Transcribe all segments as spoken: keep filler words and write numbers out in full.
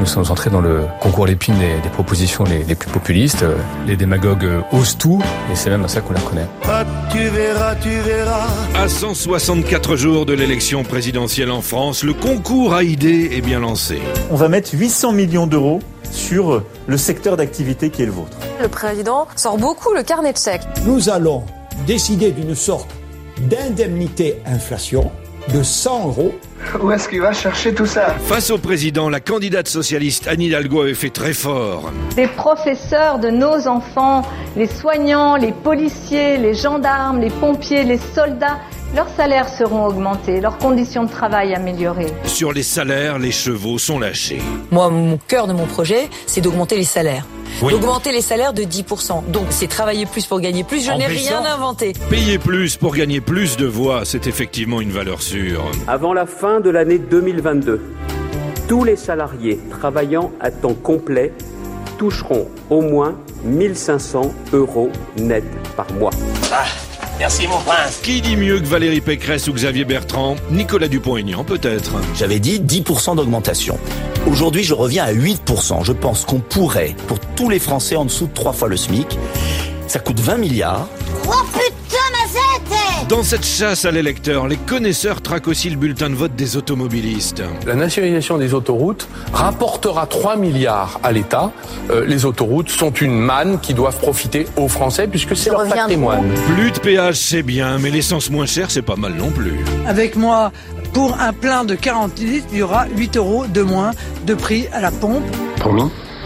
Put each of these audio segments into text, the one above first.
Nous sommes entrés dans le concours Lépine des, des propositions les, les plus populistes. Les démagogues osent tout, et c'est même à ça qu'on les reconnaît. Ah, tu verras, tu verras. À cent soixante-quatre jours de l'élection présidentielle en France, le concours à idées est bien lancé. On va mettre huit cents millions d'euros sur le secteur d'activité qui est le vôtre. Le président sort beaucoup le carnet de chèques. Nous allons décider d'une sorte d'indemnité inflation de cent euros. Où est-ce qu'il va chercher tout ça? Face au président, la candidate socialiste Anne Hidalgo avait fait très fort. Des professeurs de nos enfants, les soignants, les policiers, les gendarmes, les pompiers, les soldats, leurs salaires seront augmentés, leurs conditions de travail améliorées. Sur les salaires, les chevaux sont lâchés. Moi, mon cœur de mon projet, c'est d'augmenter les salaires. Oui. D'augmenter les salaires de dix pour cent. Donc, c'est travailler plus pour gagner plus. Je En n'ai baissant. rien inventé. Payer plus pour gagner plus de voix, c'est effectivement une valeur sûre. Avant la fin de l'année deux mille vingt-deux, tous les salariés travaillant à temps complet toucheront au moins mille cinq cents euros net par mois. Ah, merci mon prince. Qui dit mieux que Valérie Pécresse ou Xavier Bertrand? Nicolas Dupont-Aignan peut-être. J'avais dit dix pour cent d'augmentation. Aujourd'hui, je reviens à huit pour cent. Je pense qu'on pourrait, pour tous les Français en dessous de trois fois le SMIC, ça coûte vingt milliards. Oh putain, ma zette! Dans cette chasse à l'électeur, les connaisseurs traquent aussi le bulletin de vote des automobilistes. La nationalisation des autoroutes rapportera trois milliards à l'État. Euh, les autoroutes sont une manne qui doivent profiter aux Français puisque c'est leur patrimoine. Plus de péage, c'est bien, mais l'essence moins chère, c'est pas mal non plus. Avec moi, pour un plein de quarante litres, il y aura huit euros de moins de prix à la pompe. Promis?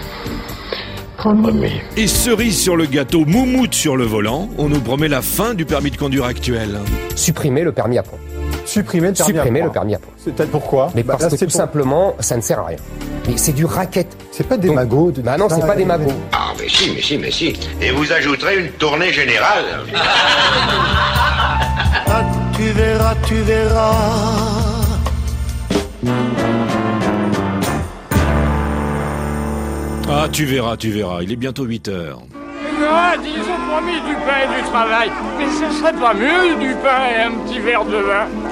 Promis. Et cerise sur le gâteau, moumoute sur le volant, on nous promet la fin du permis de conduire actuel. Supprimer le permis à point. Supprimer le permis Supprimer à point. le permis à point. C'est pourquoi? Mais parce bah, que tout pour... simplement, ça ne sert à rien. Mais c'est du racket. C'est pas des magots. De... Bah non, c'est pas des magots. Ah, mais si, mais si, mais si. Et vous ajouterez une tournée générale. Ah, tu verras, tu verras. Ah, tu verras, tu verras, il est bientôt huit heures. Ah, ils ont promis du pain et du travail, mais ce serait pas mieux du pain et un petit verre de vin.